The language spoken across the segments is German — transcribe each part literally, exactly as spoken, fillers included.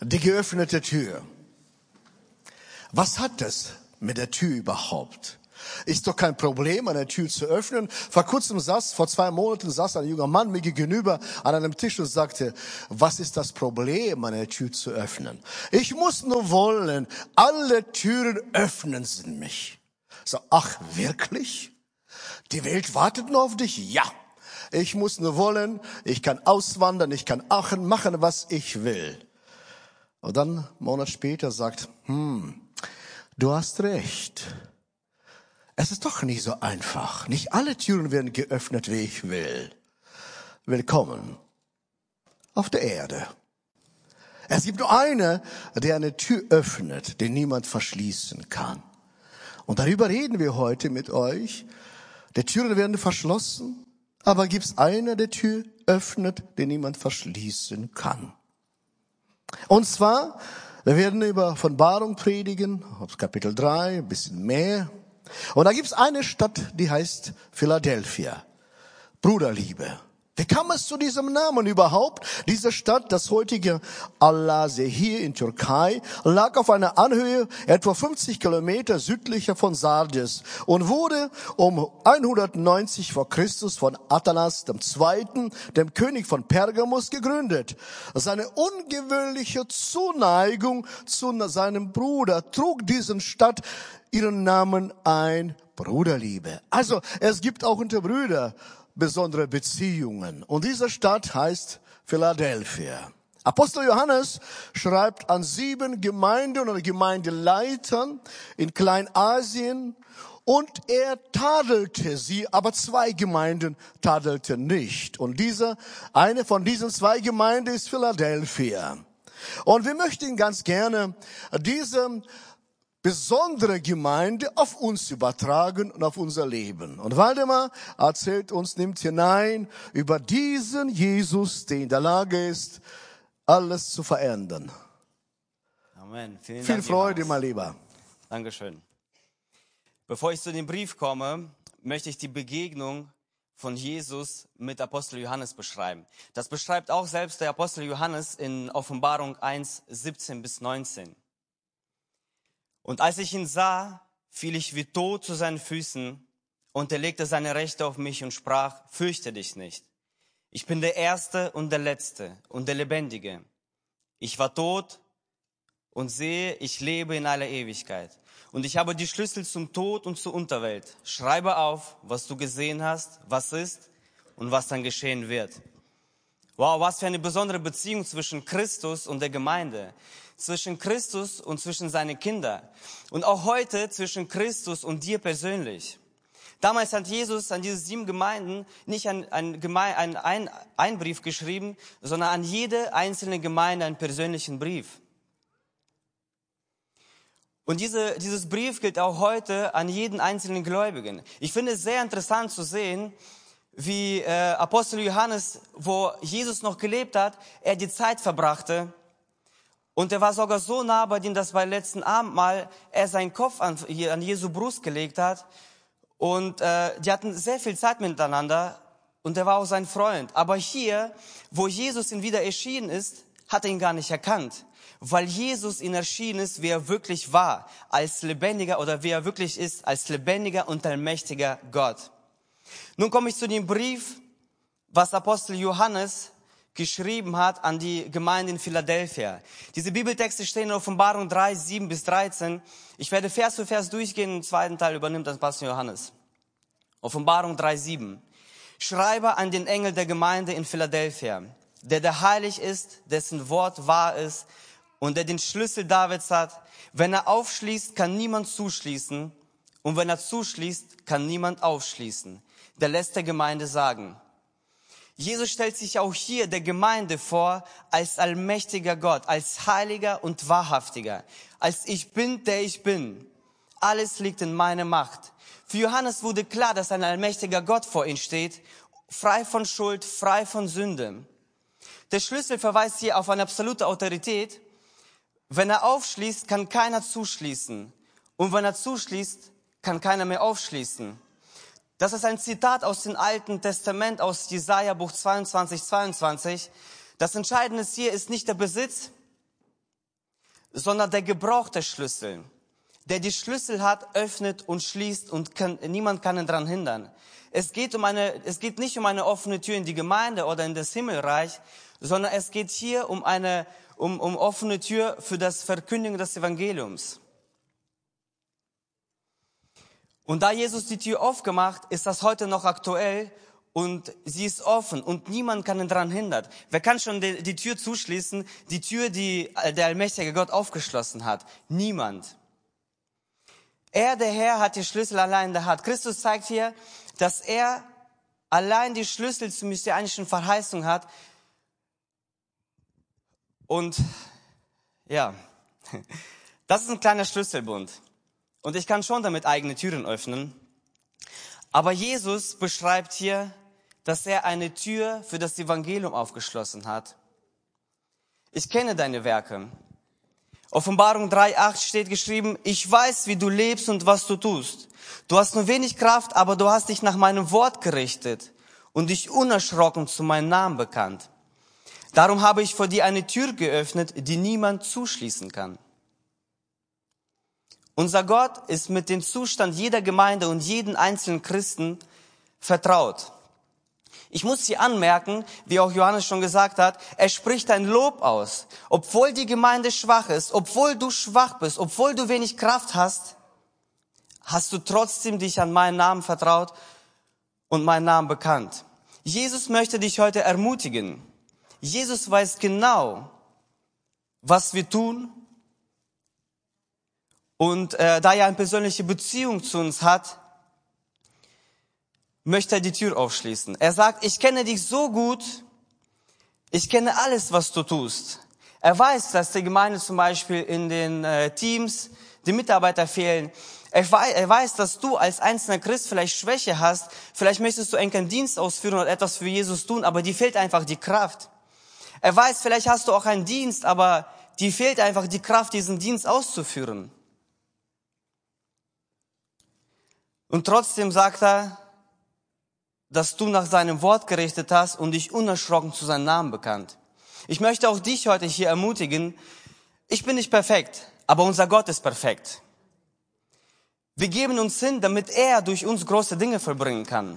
Die geöffnete Tür. Was hat das mit der Tür überhaupt? Ist doch kein Problem, eine Tür zu öffnen. Vor kurzem saß, vor zwei Monaten saß ein junger Mann mir gegenüber an einem Tisch und sagte, was ist das Problem, eine Tür zu öffnen? Ich muss nur wollen, alle Türen öffnen sie mich. So, ach, wirklich? Die Welt wartet nur auf dich? Ja. Ich muss nur wollen, ich kann auswandern, ich kann machen, machen, was ich will. Und dann, einen Monat später, sagt, hm, du hast recht. Es ist doch nicht so einfach. Nicht alle Türen werden geöffnet, wie ich will. Willkommen auf der Erde. Es gibt nur eine, der eine Tür öffnet, die niemand verschließen kann. Und darüber reden wir heute mit euch. Die Türen werden verschlossen, aber gibt es eine, der Tür öffnet, die niemand verschließen kann. Und zwar, wir werden über Offenbarung predigen, Kapitel drei, ein bisschen mehr. Und da gibt es eine Stadt, die heißt Philadelphia. Bruderliebe. Wie kam es zu diesem Namen überhaupt? Diese Stadt, das heutige Alasya hier in Türkei, lag auf einer Anhöhe etwa fünfzig Kilometer südlicher von Sardes und wurde um hundertneunzig vor Christus von Athanas dem Zweiten, dem König von Pergamus, gegründet. Seine ungewöhnliche Zuneigung zu seinem Bruder trug diesen Stadt ihren Namen ein, Bruderliebe. Also es gibt auch unter Brüder besondere Beziehungen. Und diese Stadt heißt Philadelphia. Apostel Johannes schreibt an sieben Gemeinden oder Gemeindeleitern in Kleinasien und er tadelte sie, aber zwei Gemeinden tadelte nicht. Und diese, eine von diesen zwei Gemeinden ist Philadelphia. Und wir möchten ganz gerne diese besondere Gemeinde auf uns übertragen und auf unser Leben. Und Waldemar erzählt uns, nimmt hinein über diesen Jesus, der in der Lage ist, alles zu verändern. Amen. Vielen Viel Dank, Freude, Johannes. mein Lieber. Dankeschön. Bevor ich zu dem Brief komme, möchte ich die Begegnung von Jesus mit Apostel Johannes beschreiben. Das beschreibt auch selbst der Apostel Johannes in Offenbarung eins, siebzehn bis neunzehn. Und als ich ihn sah, fiel ich wie tot zu seinen Füßen und er legte seine Rechte auf mich und sprach, fürchte dich nicht. Ich bin der Erste und der Letzte und der Lebendige. Ich war tot und sehe, ich lebe in aller Ewigkeit. Und ich habe die Schlüssel zum Tod und zur Unterwelt. Schreibe auf, was du gesehen hast, was ist und was dann geschehen wird. Wow, was für eine besondere Beziehung zwischen Christus und der Gemeinde. Zwischen Christus und zwischen seinen Kindern. Und auch heute zwischen Christus und dir persönlich. Damals hat Jesus an diese sieben Gemeinden nicht ein, ein, Geme- ein, ein, ein Brief geschrieben, sondern an jede einzelne Gemeinde einen persönlichen Brief. Und diese, dieses Brief gilt auch heute an jeden einzelnen Gläubigen. Ich finde es sehr interessant zu sehen, wie äh, Apostel Johannes, wo Jesus noch gelebt hat, er die Zeit verbrachte. Und er war sogar so nah bei ihm, dass bei letzten Abendmahl er seinen Kopf an, an Jesu Brust gelegt hat. Und äh, die hatten sehr viel Zeit miteinander und er war auch sein Freund. Aber hier, wo Jesus ihm wieder erschienen ist, hat er ihn gar nicht erkannt. Weil Jesus ihn erschienen ist, wie er wirklich war, als lebendiger oder wie er wirklich ist, als lebendiger und allmächtiger Gott. Nun komme ich zu dem Brief, was Apostel Johannes geschrieben hat an die Gemeinde in Philadelphia. Diese Bibeltexte stehen in Offenbarung drei, sieben bis dreizehn. Ich werde Vers für Vers durchgehen, im zweiten Teil übernimmt das Pastor Johannes. Offenbarung drei, sieben. Schreibe an den Engel der Gemeinde in Philadelphia, der der heilig ist, dessen Wort wahr ist und der den Schlüssel Davids hat. Wenn er aufschließt, kann niemand zuschließen und wenn er zuschließt, kann niemand aufschließen. Der lässt der Gemeinde sagen. Jesus stellt sich auch hier der Gemeinde vor als allmächtiger Gott, als heiliger und wahrhaftiger, als ich bin, der ich bin. Alles liegt in meiner Macht. Für Johannes wurde klar, dass ein allmächtiger Gott vor ihm steht, frei von Schuld, frei von Sünde. Der Schlüssel verweist hier auf eine absolute Autorität. Wenn er aufschließt, kann keiner zuschließen. Und wenn er zuschließt, kann keiner mehr aufschließen. Das ist ein Zitat aus dem Alten Testament, aus Jesaja Buch zweiundzwanzig, zweiundzwanzig. Das Entscheidende hier ist nicht der Besitz, sondern der gebrauchte Schlüssel. Der die Schlüssel hat, öffnet und schließt und kann, niemand kann ihn daran hindern. Es geht um eine, es geht nicht um eine offene Tür in die Gemeinde oder in das Himmelreich, sondern es geht hier um eine, um, um offene Tür für das Verkündigen des Evangeliums. Und da Jesus die Tür aufgemacht, ist das heute noch aktuell und sie ist offen und niemand kann ihn daran hindern. Wer kann schon die, die Tür zuschließen, die Tür, die der allmächtige Gott aufgeschlossen hat? Niemand. Er, der Herr, hat die Schlüssel allein in der Hand. Christus zeigt hier, dass er allein die Schlüssel zur messianischen Verheißung hat. Und ja, das ist ein kleiner Schlüsselbund. Und ich kann schon damit eigene Türen öffnen. Aber Jesus beschreibt hier, dass er eine Tür für das Evangelium aufgeschlossen hat. Ich kenne deine Werke. Offenbarung drei acht steht geschrieben, ich weiß, wie du lebst und was du tust. Du hast nur wenig Kraft, aber du hast dich nach meinem Wort gerichtet und dich unerschrocken zu meinem Namen bekannt. Darum habe ich vor dir eine Tür geöffnet, die niemand zuschließen kann. Unser Gott ist mit dem Zustand jeder Gemeinde und jeden einzelnen Christen vertraut. Ich muss hier anmerken, wie auch Johannes schon gesagt hat, er spricht ein Lob aus. Obwohl die Gemeinde schwach ist, obwohl du schwach bist, obwohl du wenig Kraft hast, hast du trotzdem dich an meinen Namen vertraut und meinen Namen bekannt. Jesus möchte dich heute ermutigen. Jesus weiß genau, was wir tun. Und äh, da er eine persönliche Beziehung zu uns hat, möchte er die Tür aufschließen. Er sagt, ich kenne dich so gut, ich kenne alles, was du tust. Er weiß, dass die Gemeinde zum Beispiel in den äh, Teams, die Mitarbeiter fehlen. Er weiß, er weiß, dass du als einzelner Christ vielleicht Schwäche hast. Vielleicht möchtest du einen Dienst ausführen oder etwas für Jesus tun, aber dir fehlt einfach die Kraft. Er weiß, vielleicht hast du auch einen Dienst, aber dir fehlt einfach die Kraft, diesen Dienst auszuführen. Und trotzdem sagt er, dass du nach seinem Wort gerichtet hast und dich unerschrocken zu seinem Namen bekannt. Ich möchte auch dich heute hier ermutigen, ich bin nicht perfekt, aber unser Gott ist perfekt. Wir geben uns hin, damit er durch uns große Dinge vollbringen kann.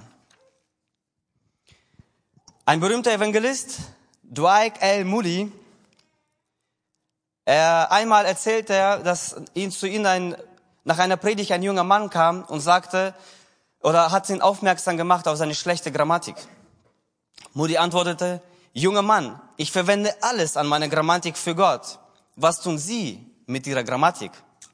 Ein berühmter Evangelist, Dwight L. Moody, er, einmal erzählte er, dass ihn, zu ihm ein, nach einer Predigt ein junger Mann kam und sagte, oder hat ihn aufmerksam gemacht auf seine schlechte Grammatik. Moody antwortete, junger Mann, ich verwende alles an meiner Grammatik für Gott. Was tun Sie mit Ihrer Grammatik?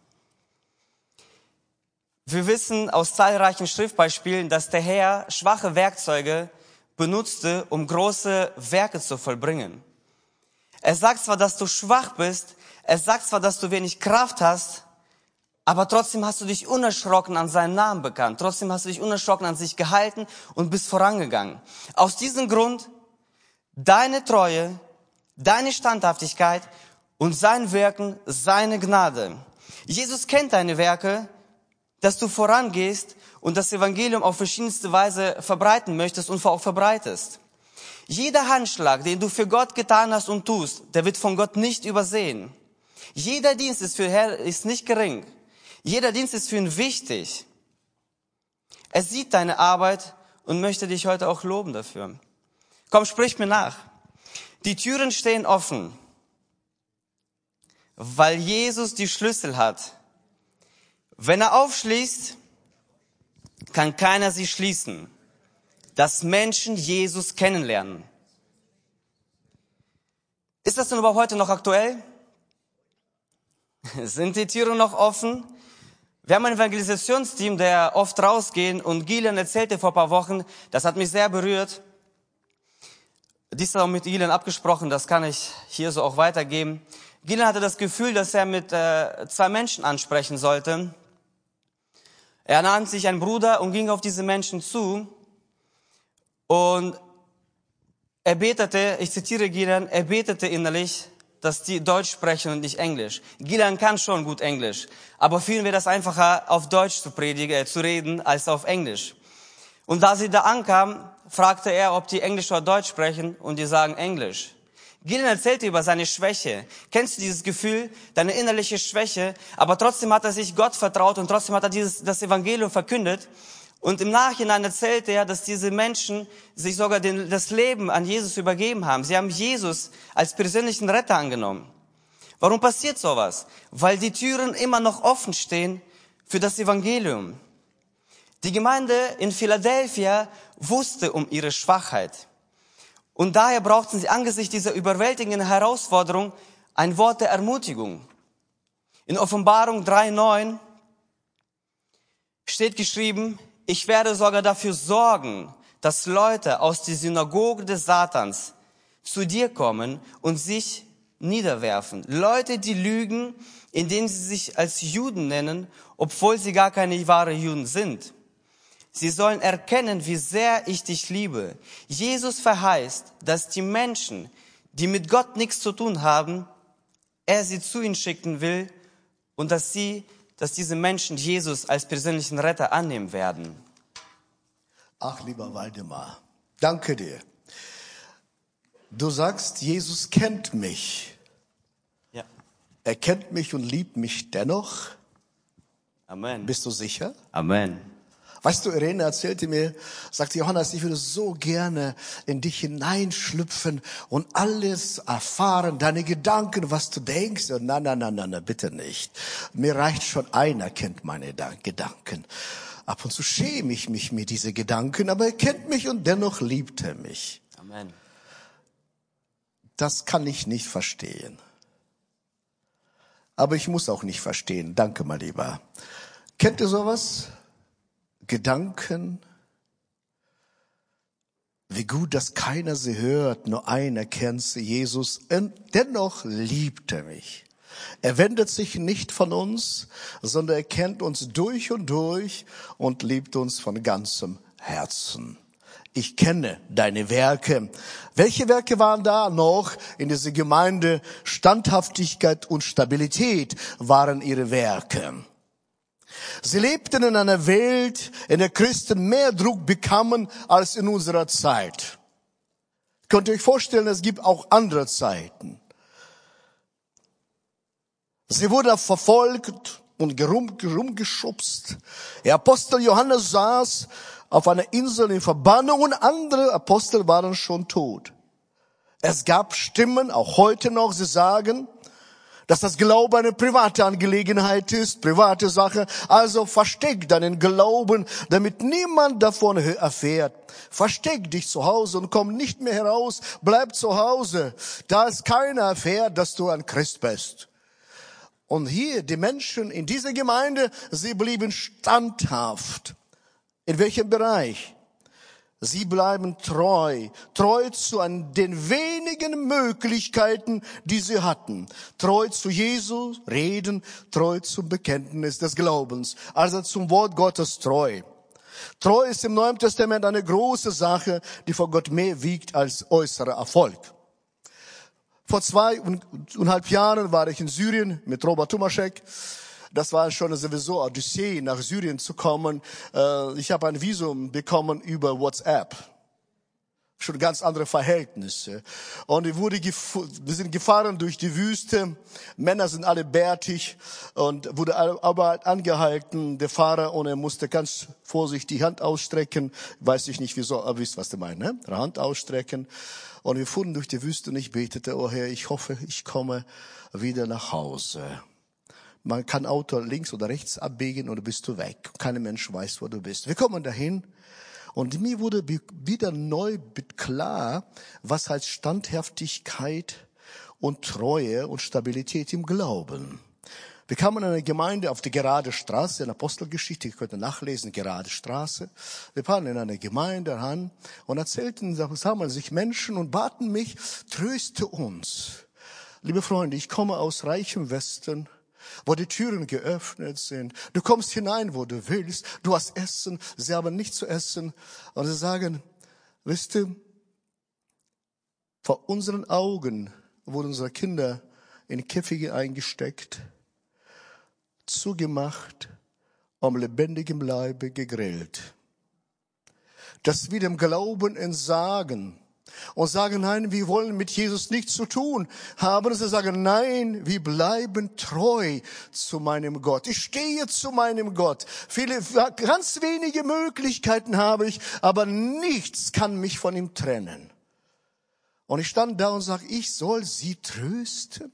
Wir wissen aus zahlreichen Schriftbeispielen, dass der Herr schwache Werkzeuge benutzte, um große Werke zu vollbringen. Er sagt zwar, dass du schwach bist, er sagt zwar, dass du wenig Kraft hast, aber trotzdem hast du dich unerschrocken an seinen Namen bekannt. Trotzdem hast du dich unerschrocken an sich gehalten und bist vorangegangen. Aus diesem Grund, deine Treue, deine Standhaftigkeit und sein Wirken, seine Gnade. Jesus kennt deine Werke, dass du vorangehst und das Evangelium auf verschiedenste Weise verbreiten möchtest und auch verbreitest. Jeder Handschlag, den du für Gott getan hast und tust, der wird von Gott nicht übersehen. Jeder Dienst ist für Herr, ist nicht gering. Jeder Dienst ist für ihn wichtig. Er sieht deine Arbeit und möchte dich heute auch loben dafür. Komm, sprich mir nach. Die Türen stehen offen, weil Jesus die Schlüssel hat. Wenn er aufschließt, kann keiner sie schließen. Dass Menschen Jesus kennenlernen. Ist das denn überhaupt heute noch aktuell? Sind die Türen noch offen? Wir haben ein Evangelisationsteam, der oft rausgehen und Gilan erzählte vor ein paar Wochen, das hat mich sehr berührt. Dies ist auch mit Gilan abgesprochen, das kann ich hier so auch weitergeben. Gilan hatte das Gefühl, dass er mit äh, zwei Menschen ansprechen sollte. Er nannte sich einen Bruder und ging auf diese Menschen zu und er betete, ich zitiere Gilan, er betete innerlich, dass die Deutsch sprechen und nicht Englisch. Gilan kann schon gut Englisch, aber für ihn wäre das einfacher, auf Deutsch zu predigen, äh, zu reden, als auf Englisch. Und da sie da ankamen, fragte er, ob die Englisch oder Deutsch sprechen und die sagen Englisch. Gideon erzählte über seine Schwäche. Kennst du dieses Gefühl, deine innerliche Schwäche? Aber trotzdem hat er sich Gott vertraut und trotzdem hat er dieses, das Evangelium verkündet. Und im Nachhinein erzählte er, dass diese Menschen sich sogar den, das Leben an Jesus übergeben haben. Sie haben Jesus als persönlichen Retter angenommen. Warum passiert sowas? Weil die Türen immer noch offen stehen für das Evangelium. Die Gemeinde in Philadelphia wusste um ihre Schwachheit. Und daher brauchten sie angesichts dieser überwältigenden Herausforderung ein Wort der Ermutigung. In Offenbarung drei neun steht geschrieben, ich werde sogar dafür sorgen, dass Leute aus der Synagoge des Satans zu dir kommen und sich niederwerfen. Leute, die lügen, indem sie sich als Juden nennen, obwohl sie gar keine wahren Juden sind. Sie sollen erkennen, wie sehr ich dich liebe. Jesus verheißt, dass die Menschen, die mit Gott nichts zu tun haben, er sie zu ihnen schicken will und dass sie, dass diese Menschen Jesus als persönlichen Retter annehmen werden. Ach, lieber Waldemar, danke dir. Du sagst, Jesus kennt mich. Ja. Er kennt mich und liebt mich dennoch. Amen. Bist du sicher? Amen. Weißt du, Irene erzählte mir, sagte Johannes, ich würde so gerne in dich hineinschlüpfen und alles erfahren, deine Gedanken, was du denkst. Und nein, nein, nein, nein, bitte nicht. Mir reicht schon, einer kennt meine Gedanken. Ab und zu schäme ich mich mit diesen Gedanken, aber er kennt mich und dennoch liebt er mich. Amen. Das kann ich nicht verstehen. Aber ich muss auch nicht verstehen. Danke, mein Lieber. Kennt ihr sowas? Gedanken, wie gut, dass keiner sie hört, nur einer kennt sie, Jesus, und dennoch liebt er mich. Er wendet sich nicht von uns, sondern er kennt uns durch und durch und liebt uns von ganzem Herzen. Ich kenne deine Werke. Welche Werke waren da noch in dieser Gemeinde? Standhaftigkeit und Stabilität waren ihre Werke. Sie lebten in einer Welt, in der Christen mehr Druck bekamen als in unserer Zeit. Könnt ihr euch vorstellen, es gibt auch andere Zeiten. Sie wurden verfolgt und herumgeschubst. Der Apostel Johannes saß auf einer Insel in Verbannung und andere Apostel waren schon tot. Es gab Stimmen, auch heute noch, sie sagen, dass das Glaube eine private Angelegenheit ist, private Sache. Also versteck deinen Glauben, damit niemand davon erfährt. Versteck dich zu Hause und komm nicht mehr heraus. Bleib zu Hause, da es keiner erfährt, dass du ein Christ bist. Und hier, die Menschen in dieser Gemeinde, sie blieben standhaft. In welchem Bereich? Sie bleiben treu, treu zu den wenigen Möglichkeiten, die sie hatten. Treu zu Jesus reden, treu zum Bekenntnis des Glaubens, also zum Wort Gottes treu. Treu ist im Neuen Testament eine große Sache, die vor Gott mehr wiegt als äußerer Erfolg. Vor zweieinhalb Jahren war ich in Syrien mit Robert Tomaschek. Das war schon sowieso Odyssee, nach Syrien zu kommen. Ich habe ein Visum bekommen über WhatsApp. Schon ganz andere Verhältnisse. Und ich wurde gef- wir sind gefahren durch die Wüste. Männer sind alle bärtig und wurde aber angehalten, der Fahrer, und er musste ganz vorsichtig die Hand ausstrecken. Weiß ich nicht wieso, aber wisst, was du meinst, ne? Hand ausstrecken. Und wir fuhren durch die Wüste und ich betete, oh Herr, ich hoffe, ich komme wieder nach Hause. Man kann Auto links oder rechts abbiegen und du bist du weg. Kein Mensch weiß, wo du bist. Wir kommen dahin und mir wurde wieder neu klar, was heißt Standhaftigkeit und Treue und Stabilität im Glauben. Wir kamen in eine Gemeinde auf die gerade Straße, in Apostelgeschichte, ich könnte nachlesen, gerade Straße. Wir waren in eine Gemeinde ran und erzählten, sammeln sich Menschen und baten mich, tröste uns. Liebe Freunde, ich komme aus reichem Westen, wo die Türen geöffnet sind. Du kommst hinein, wo du willst. Du hast Essen, sie haben nichts zu essen. Und sie sagen, wisst ihr, vor unseren Augen wurden unsere Kinder in Käfige eingesteckt, zugemacht, am lebendigen Leibe gegrillt. Dass wir dem Glauben entsagen, und sagen, nein, wir wollen mit Jesus nichts zu tun haben. Sie sagen, nein, wir bleiben treu zu meinem Gott. Ich stehe zu meinem Gott. Viele, ganz wenige Möglichkeiten habe ich, aber nichts kann mich von ihm trennen. Und ich stand da und sage, ich soll sie trösten.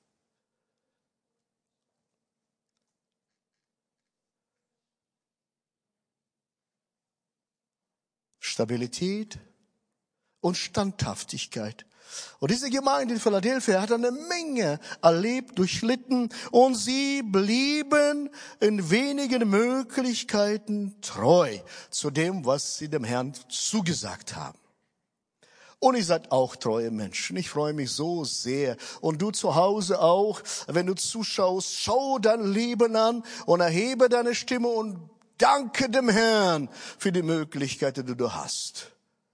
Stabilität und Standhaftigkeit. Und diese Gemeinde in Philadelphia hat eine Menge erlebt, durchlitten, und sie blieben in wenigen Möglichkeiten treu zu dem, was sie dem Herrn zugesagt haben. Und ihr seid auch treue Menschen. Ich freue mich so sehr. Und du zu Hause auch, wenn du zuschaust, schau dein Leben an und erhebe deine Stimme und danke dem Herrn für die Möglichkeiten, die du hast.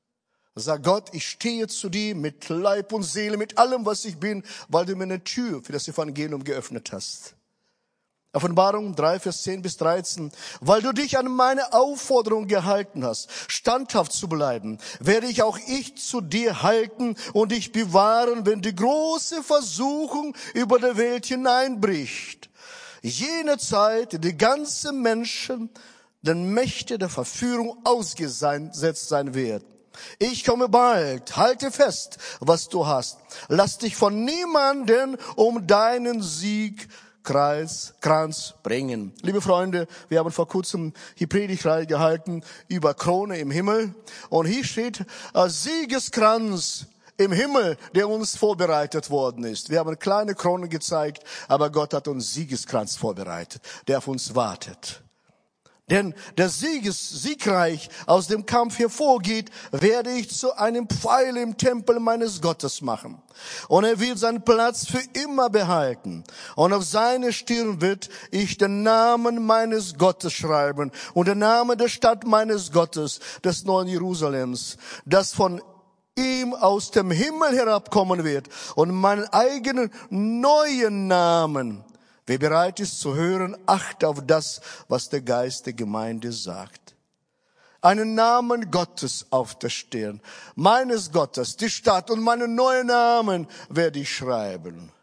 Sag Gott, ich stehe zu dir mit Leib und Seele, mit allem, was ich bin, weil du mir eine Tür für das Evangelium geöffnet hast. Offenbarung drei, Vers zehn bis dreizehn. Weil du dich an meine Aufforderung gehalten hast, standhaft zu bleiben, werde ich auch ich zu dir halten und dich bewahren, wenn die große Versuchung über der Welt hineinbricht. Jene Zeit, die ganze Menschen den Mächte der Verführung ausgesetzt sein wird. Ich komme bald, halte fest, was du hast. Lass dich von niemanden um deinen Siegkreis, Kranz bringen. Liebe Freunde, wir haben vor kurzem die Predigtreihe gehalten über Krone im Himmel. Und hier steht äh, Siegeskranz im Himmel, der uns vorbereitet worden ist. Wir haben eine kleine Krone gezeigt, aber Gott hat uns Siegeskranz vorbereitet, der auf uns wartet. Denn der Sieges, siegreich aus dem Kampf hervorgeht, werde ich zu einem Pfeil im Tempel meines Gottes machen. Und er wird seinen Platz für immer behalten. Und auf seine Stirn wird ich den Namen meines Gottes schreiben und den Namen der Stadt meines Gottes, des neuen Jerusalems, das von ihm aus dem Himmel herabkommen wird, und meinen eigenen neuen Namen. Wer bereit ist zu hören, achte auf das, was der Geist der Gemeinde sagt. Einen Namen Gottes auf der Stirn, meines Gottes, die Stadt, und meinen neuen Namen werde ich schreiben.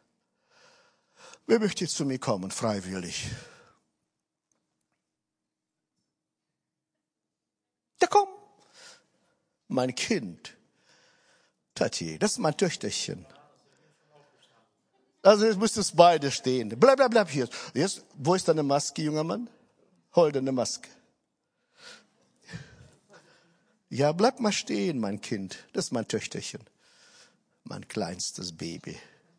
Wer möchte zu mir kommen, freiwillig? Ja, komm. Mein Kind. Tati, das ist mein Töchterchen. Also jetzt müsstest beide stehen. Bleib, bleib, bleib hier. Jetzt, wo ist deine Maske, junger Mann? Hol deine Maske. Ja, bleib mal stehen, mein Kind. Das ist mein Töchterchen. Mein kleinstes Baby.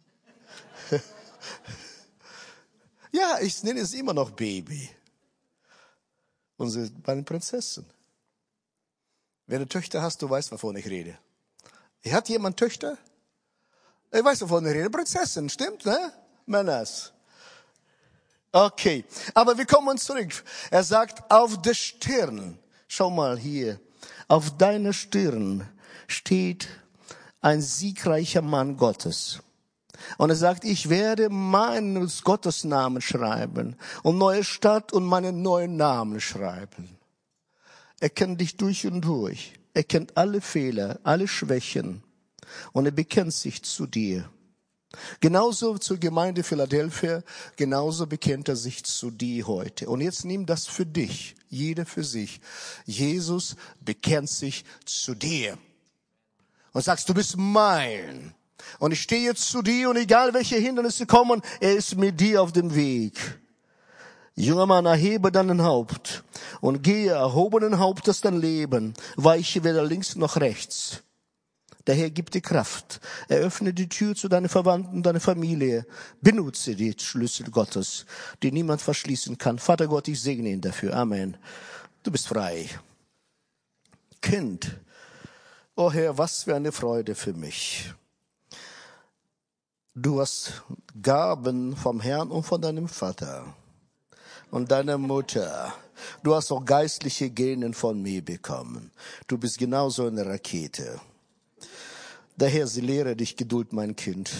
Ja, ich nenne es immer noch Baby. Unsere beiden Prinzessin. Wenn du Töchter hast, du weißt, wovon ich rede. Hat jemand Töchter? Ich weiß, wovon ich rede. Prinzessin, stimmt, ne? Männers. Okay, aber wir kommen zurück. Er sagt, auf der Stirn, schau mal hier, auf deiner Stirn steht ein siegreicher Mann Gottes. Und er sagt, ich werde meinen Gottesnamen schreiben und neue Stadt und meinen neuen Namen schreiben. Er kennt dich durch und durch. Er kennt alle Fehler, alle Schwächen. Und er bekennt sich zu dir. Genauso zur Gemeinde Philadelphia, genauso bekennt er sich zu dir heute. Und jetzt nimm das für dich, jeder für sich. Jesus bekennt sich zu dir. Und sagst, du bist mein. Und ich stehe jetzt zu dir, und egal welche Hindernisse kommen, er ist mit dir auf dem Weg. Junger Mann, erhebe deinen Haupt und gehe erhobenen Hauptes dein Leben, weiche weder links noch rechts. Der Herr gibt dir Kraft. Eröffne die Tür zu deinen Verwandten, deiner Familie. Benutze die Schlüssel Gottes, die niemand verschließen kann. Vater Gott, ich segne ihn dafür. Amen. Du bist frei. Kind, oh Herr, was für eine Freude für mich. Du hast Gaben vom Herrn und von deinem Vater und deiner Mutter. Du hast auch geistliche Genen von mir bekommen. Du bist genauso eine Rakete. Daher, sie lehre dich Geduld, mein Kind.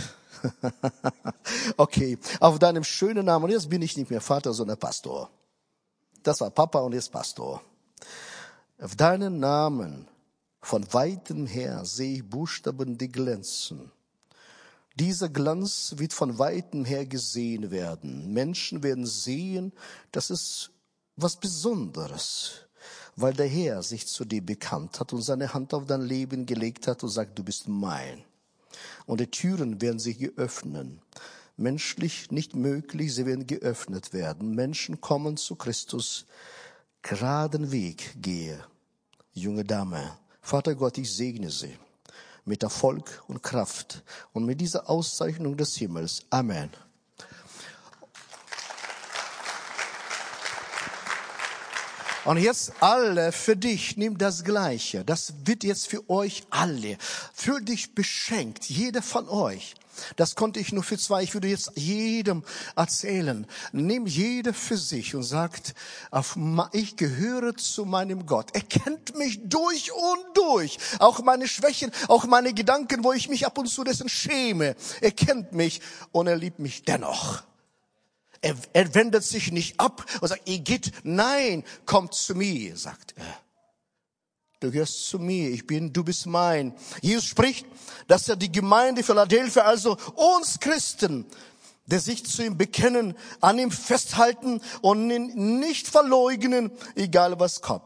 Okay, auf deinem schönen Namen. Und jetzt bin ich nicht mehr Vater, sondern Pastor. Das war Papa und jetzt Pastor. Auf deinen Namen Von weitem her sehe ich Buchstaben, die glänzen. Dieser Glanz wird von weitem her gesehen werden. Menschen werden sehen, das ist was Besonderes, weil der Herr sich zu dir bekannt hat und seine Hand auf dein Leben gelegt hat und sagt, du bist mein. Und die Türen werden sich geöffnen. Menschlich nicht möglich, sie werden geöffnet werden. Menschen kommen zu Christus, geraden Weg gehe. Junge Dame, Vater Gott, ich segne sie mit Erfolg und Kraft und mit dieser Auszeichnung des Himmels. Amen. Und jetzt alle für dich, nimm das Gleiche. Das wird jetzt für euch alle. Fühl dich beschenkt, jeder von euch. Das konnte ich nur für zwei. Ich würde jetzt jedem erzählen. Nimm jeder für sich und sagt, ich gehöre zu meinem Gott. Er kennt mich durch und durch. Auch meine Schwächen, auch meine Gedanken, wo ich mich ab und zu dessen schäme. Er kennt mich und er liebt mich dennoch. Er, er wendet sich nicht ab und sagt, ihr geht, nein, kommt zu mir, sagt er. Du gehörst zu mir, ich bin, du bist mein. Jesus spricht, dass er die Gemeinde Philadelphia, also uns Christen, der sich zu ihm bekennen, an ihm festhalten und ihn nicht verleugnen, egal was kommt.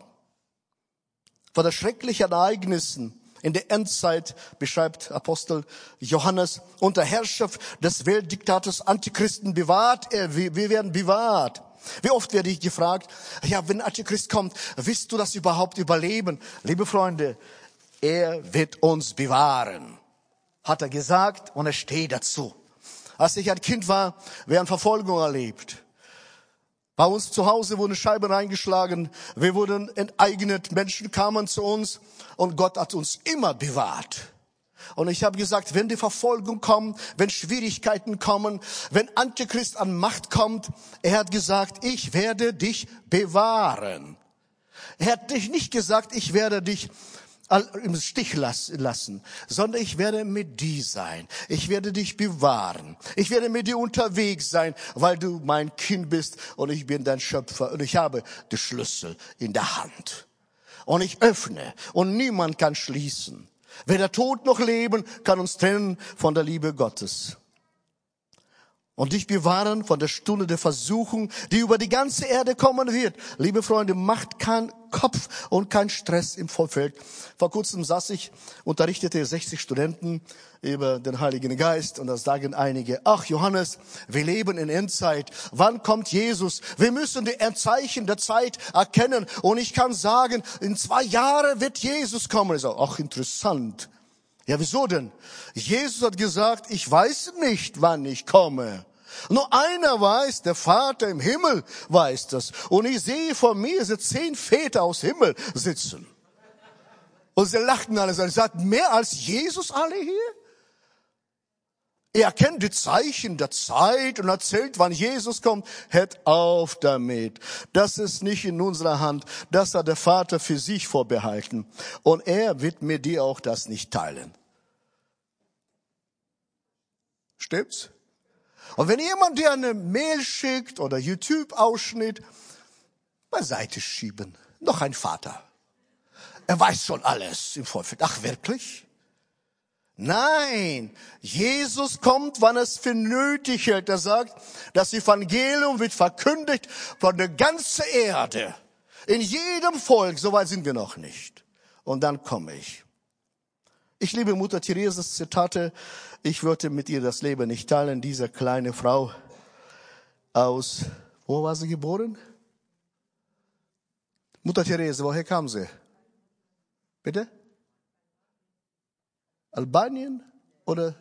Vor den schrecklichen Ereignissen in der Endzeit beschreibt Apostel Johannes, unter Herrschaft des Weltdiktators Antichristen bewahrt er, wir, wir werden bewahrt. Wie oft werde ich gefragt, ja, wenn Antichrist kommt, wirst du das überhaupt überleben? Liebe Freunde, er wird uns bewahren, hat er gesagt, und er steht dazu. Als ich ein Kind war, wir haben Verfolgung erlebt. Bei uns zu Hause wurden Scheiben reingeschlagen, wir wurden enteignet, Menschen kamen zu uns und Gott hat uns immer bewahrt. Und ich habe gesagt, wenn die Verfolgung kommt, wenn Schwierigkeiten kommen, wenn Antichrist an Macht kommt, er hat gesagt, ich werde dich bewahren. Er hat dich nicht gesagt, ich werde dich im Stich lassen, sondern ich werde mit dir sein. Ich werde dich bewahren. Ich werde mit dir unterwegs sein, weil du mein Kind bist und ich bin dein Schöpfer und ich habe die Schlüssel in der Hand. Und ich öffne und niemand kann schließen. Weder Tod noch Leben kann uns trennen von der Liebe Gottes. Und dich bewahren von der Stunde der Versuchung, die über die ganze Erde kommen wird. Liebe Freunde, macht keinen Kopf und keinen Stress im Vorfeld. Vor kurzem saß ich, unterrichtete sechzig Studenten über den Heiligen Geist und da sagen einige, ach Johannes, wir leben in Endzeit. Wann kommt Jesus? Wir müssen die Zeichen der Zeit erkennen. Und ich kann sagen, in zwei Jahren wird Jesus kommen. Ich sage, ach interessant. Ja, wieso denn? Jesus hat gesagt, ich weiß nicht, wann ich komme. Nur einer weiß, der Vater im Himmel weiß das. Und ich sehe vor mir so zehn Väter aus Himmel sitzen. Und sie lachten alle. Sie sagten, mehr als Jesus alle hier? Er kennt die Zeichen der Zeit und erzählt, wann Jesus kommt. Hört auf damit. Das ist nicht in unserer Hand. Das hat der Vater für sich vorbehalten. Und er wird mir dir auch das nicht teilen. Stimmt's? Und wenn jemand dir eine Mail schickt oder YouTube-Ausschnitt, beiseite schieben. Noch ein Vater. Er weiß schon alles im Vorfeld. Ach, wirklich? Nein, Jesus kommt, wann es für nötig hält. Er sagt, das Evangelium wird verkündigt von der ganzen Erde. In jedem Volk, so weit sind wir noch nicht. Und dann komme ich. Ich liebe Mutter Thereses Zitate. Ich würde mit ihr das Leben nicht teilen. Diese kleine Frau aus, wo war sie geboren? Mutter Therese, woher kam sie? Bitte? Albanien oder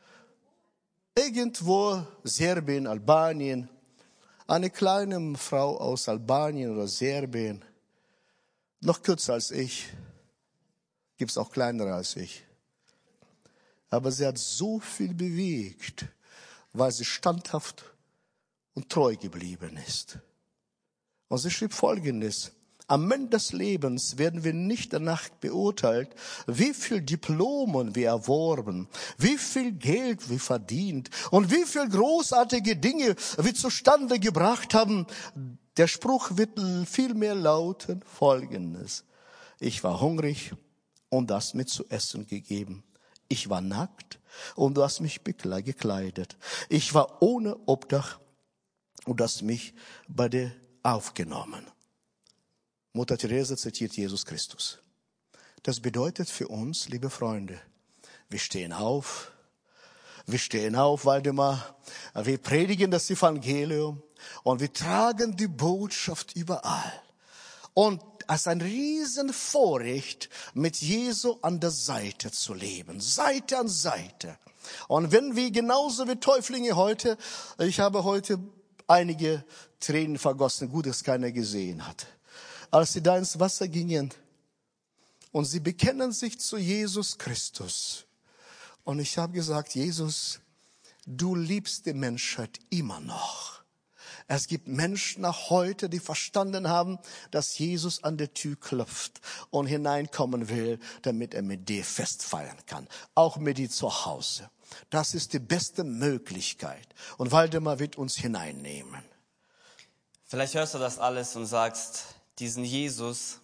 irgendwo Serbien, Albanien. Eine kleine Frau aus Albanien oder Serbien, noch kürzer als ich, gibt's auch kleinere als ich. Aber sie hat so viel bewegt, weil sie standhaft und treu geblieben ist. Und sie schrieb Folgendes: Am Ende des Lebens werden wir nicht danach beurteilt, wie viel Diplomen wir erworben, wie viel Geld wir verdient und wie viel großartige Dinge wir zustande gebracht haben. Der Spruch wird vielmehr lauten Folgendes: Ich war hungrig und du hast mir zu essen gegeben. Ich war nackt und du hast mich gekleidet. Ich war ohne Obdach und du hast mich bei dir aufgenommen. Mutter Teresa zitiert Jesus Christus. Das bedeutet für uns, liebe Freunde, wir stehen auf, wir stehen auf, Waldemar, wir predigen das Evangelium und wir tragen die Botschaft überall. Und als ein Riesenvorrecht, mit Jesu an der Seite zu leben, Seite an Seite. Und wenn wir genauso wie Täuflinge heute, ich habe heute einige Tränen vergossen, gut, dass keiner gesehen hat, als sie da ins Wasser gingen und sie bekennen sich zu Jesus Christus. Und ich habe gesagt, Jesus, du liebst die Menschheit immer noch. Es gibt Menschen nach heute, die verstanden haben, dass Jesus an der Tür klopft und hineinkommen will, damit er mit dir Fest feiern kann. Auch mit dir zu Hause. Das ist die beste Möglichkeit. Und Waldemar wird uns hineinnehmen. Vielleicht hörst du das alles und sagst, diesen Jesus,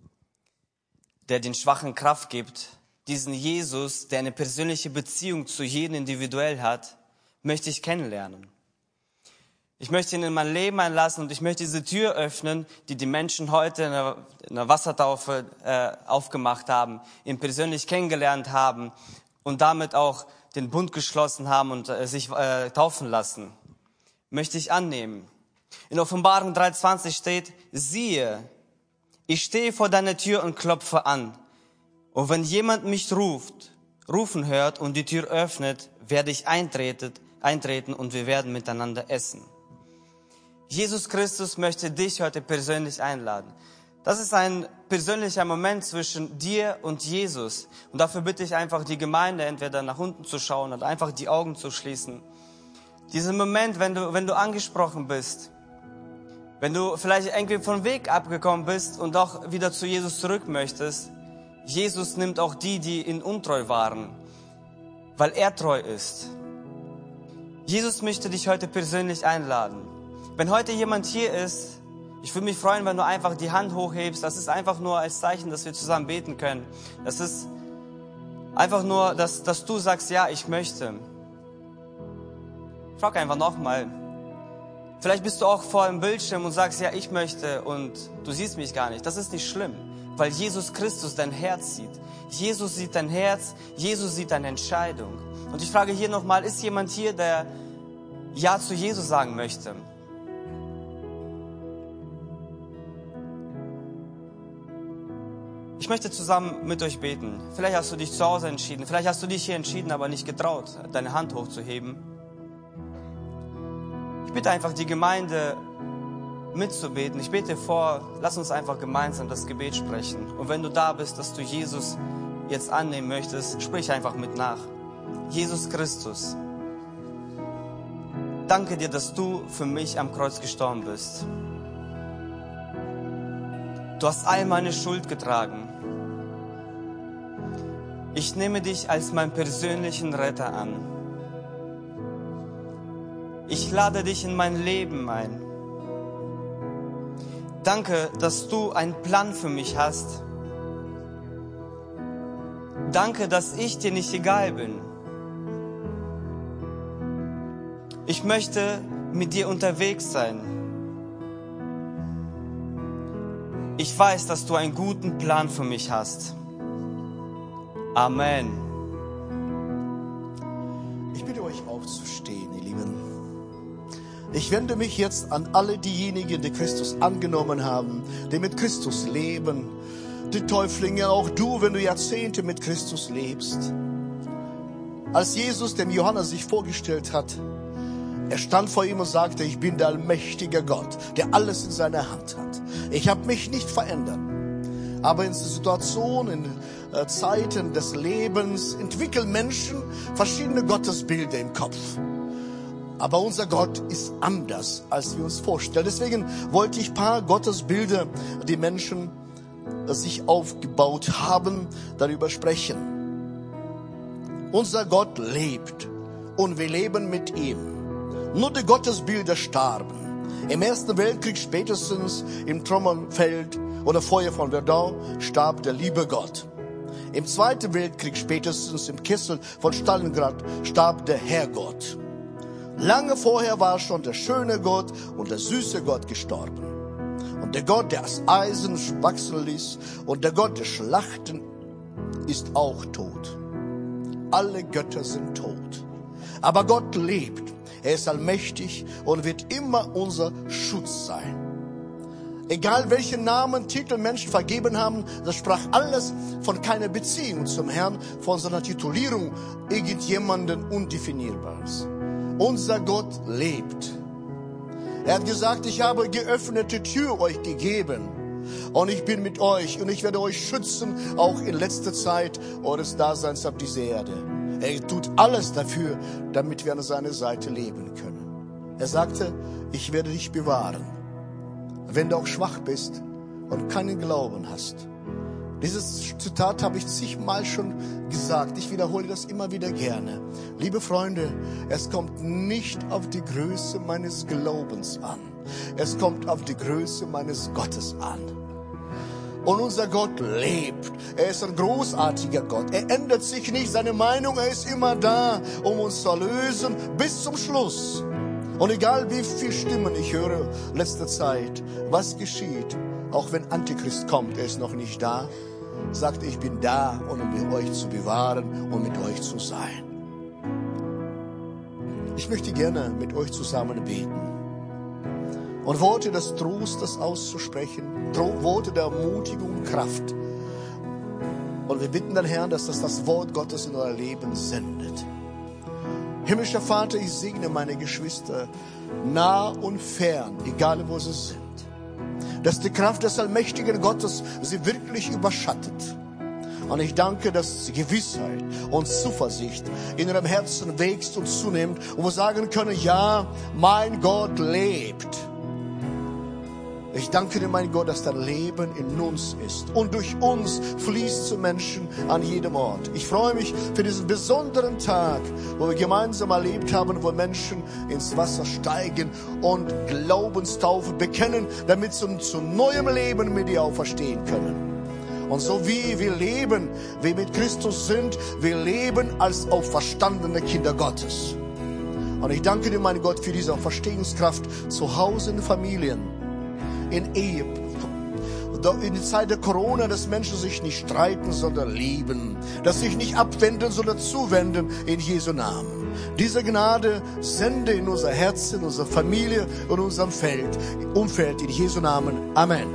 der den Schwachen Kraft gibt, diesen Jesus, der eine persönliche Beziehung zu jedem individuell hat, möchte ich kennenlernen. Ich möchte ihn in mein Leben einlassen und ich möchte diese Tür öffnen, die die Menschen heute in der, in der Wassertaufe äh, aufgemacht haben, ihn persönlich kennengelernt haben und damit auch den Bund geschlossen haben und äh, sich äh, taufen lassen. Möchte ich annehmen. In Offenbarung drei zwanzig steht, siehe, ich stehe vor deiner Tür und klopfe an. Und wenn jemand mich ruft, rufen hört und die Tür öffnet, werde ich eintreten, eintreten und wir werden miteinander essen. Jesus Christus möchte dich heute persönlich einladen. Das ist ein persönlicher Moment zwischen dir und Jesus. Und dafür bitte ich einfach die Gemeinde, entweder nach unten zu schauen oder einfach die Augen zu schließen. Diesen Moment, wenn du, wenn du angesprochen bist, wenn du vielleicht irgendwie vom Weg abgekommen bist und auch wieder zu Jesus zurück möchtest, Jesus nimmt auch die, die in untreu waren, weil er treu ist. Jesus möchte dich heute persönlich einladen. Wenn heute jemand hier ist, ich würde mich freuen, wenn du einfach die Hand hochhebst. Das ist einfach nur als Zeichen, dass wir zusammen beten können. Das ist einfach nur, dass, dass du sagst, ja, ich möchte. Frag einfach nochmal. Vielleicht bist du auch vor dem Bildschirm und sagst, ja, ich möchte und du siehst mich gar nicht. Das ist nicht schlimm, weil Jesus Christus dein Herz sieht. Jesus sieht dein Herz, Jesus sieht deine Entscheidung. Und ich frage hier nochmal, ist jemand hier, der Ja zu Jesus sagen möchte? Ich möchte zusammen mit euch beten. Vielleicht hast du dich zu Hause entschieden, vielleicht hast du dich hier entschieden, aber nicht getraut, deine Hand hochzuheben. Ich bitte einfach die Gemeinde mitzubeten. Ich bete vor, lass uns einfach gemeinsam das Gebet sprechen. Und wenn du da bist, dass du Jesus jetzt annehmen möchtest, sprich einfach mit nach. Jesus Christus, danke dir, dass du für mich am Kreuz gestorben bist. Du hast all meine Schuld getragen. Ich nehme dich als meinen persönlichen Retter an. Ich lade dich in mein Leben ein. Danke, dass du einen Plan für mich hast. Danke, dass ich dir nicht egal bin. Ich möchte mit dir unterwegs sein. Ich weiß, dass du einen guten Plan für mich hast. Amen. Ich bitte euch aufzustehen, ihr Lieben. Ich wende mich jetzt an alle diejenigen, die Christus angenommen haben, die mit Christus leben. Die Täuflinge, auch du, wenn du Jahrzehnte mit Christus lebst. Als Jesus dem Johannes sich vorgestellt hat, er stand vor ihm und sagte, ich bin der allmächtige Gott, der alles in seiner Hand hat. Ich habe mich nicht verändert. Aber in Situationen, in äh, Zeiten des Lebens entwickeln Menschen verschiedene Gottesbilder im Kopf. Aber unser Gott ist anders, als wir uns vorstellen. Deswegen wollte ich ein paar Gottesbilder, die Menschen äh, sich aufgebaut haben, darüber sprechen. Unser Gott lebt und wir leben mit ihm. Nur die Gottesbilder starben. Im Ersten Weltkrieg spätestens im Trümmerfeld oder Feuer von Verdun starb der liebe Gott. Im Zweiten Weltkrieg, spätestens im Kessel von Stalingrad, starb der Herrgott. Lange vorher war schon der schöne Gott und der süße Gott gestorben. Und der Gott, der das Eisen wachsen ließ, und der Gott der Schlachten ist auch tot. Alle Götter sind tot. Aber Gott lebt. Er ist allmächtig und wird immer unser Schutz sein. Egal welchen Namen, Titel Menschen vergeben haben, das sprach alles von keiner Beziehung zum Herrn, von seiner Titulierung irgendjemanden Undefinierbares. Unser Gott lebt. Er hat gesagt, ich habe geöffnete Tür euch gegeben und ich bin mit euch und ich werde euch schützen, auch in letzter Zeit eures Daseins auf dieser Erde. Er tut alles dafür, damit wir an seiner Seite leben können. Er sagte, ich werde dich bewahren, wenn du auch schwach bist und keinen Glauben hast. Dieses Zitat habe ich zigmal schon gesagt. Ich wiederhole das immer wieder gerne. Liebe Freunde, es kommt nicht auf die Größe meines Glaubens an. Es kommt auf die Größe meines Gottes an. Und unser Gott lebt. Er ist ein großartiger Gott. Er ändert sich nicht. Seine Meinung, er ist immer da, um uns zu erlösen bis zum Schluss. Und egal wie viele Stimmen ich höre letzter Zeit, was geschieht, auch wenn Antichrist kommt, er ist noch nicht da, sagt, ich bin da, um euch zu bewahren und mit euch zu sein. Ich möchte gerne mit euch zusammen beten und Worte des Trostes auszusprechen, Worte der Ermutigung und Kraft. Und wir bitten den Herrn, dass das das Wort Gottes in euer Leben sendet. Himmlischer Vater, ich segne meine Geschwister nah und fern, egal wo sie sind. Dass die Kraft des allmächtigen Gottes sie wirklich überschattet. Und ich danke, dass Gewissheit und Zuversicht in ihrem Herzen wächst und zunimmt. Und wir sagen können, ja, mein Gott lebt. Ich danke dir, mein Gott, dass dein Leben in uns ist. Und durch uns fließt zu Menschen an jedem Ort. Ich freue mich für diesen besonderen Tag, wo wir gemeinsam erlebt haben, wo Menschen ins Wasser steigen und Glaubenstaufe bekennen, damit sie zu neuem Leben mit dir auferstehen können. Und so wie wir leben, wir mit Christus sind, wir leben als auferstandene Kinder Gottes. Und ich danke dir, mein Gott, für diese Verstehungskraft zu Hause in Familien, in Ehe, in der Zeit der Corona, dass Menschen sich nicht streiten, sondern lieben, dass sich nicht abwenden, sondern zuwenden in Jesu Namen. Diese Gnade sende in unser Herz, in unsere Familie und unserem Feld, Umfeld in Jesu Namen. Amen.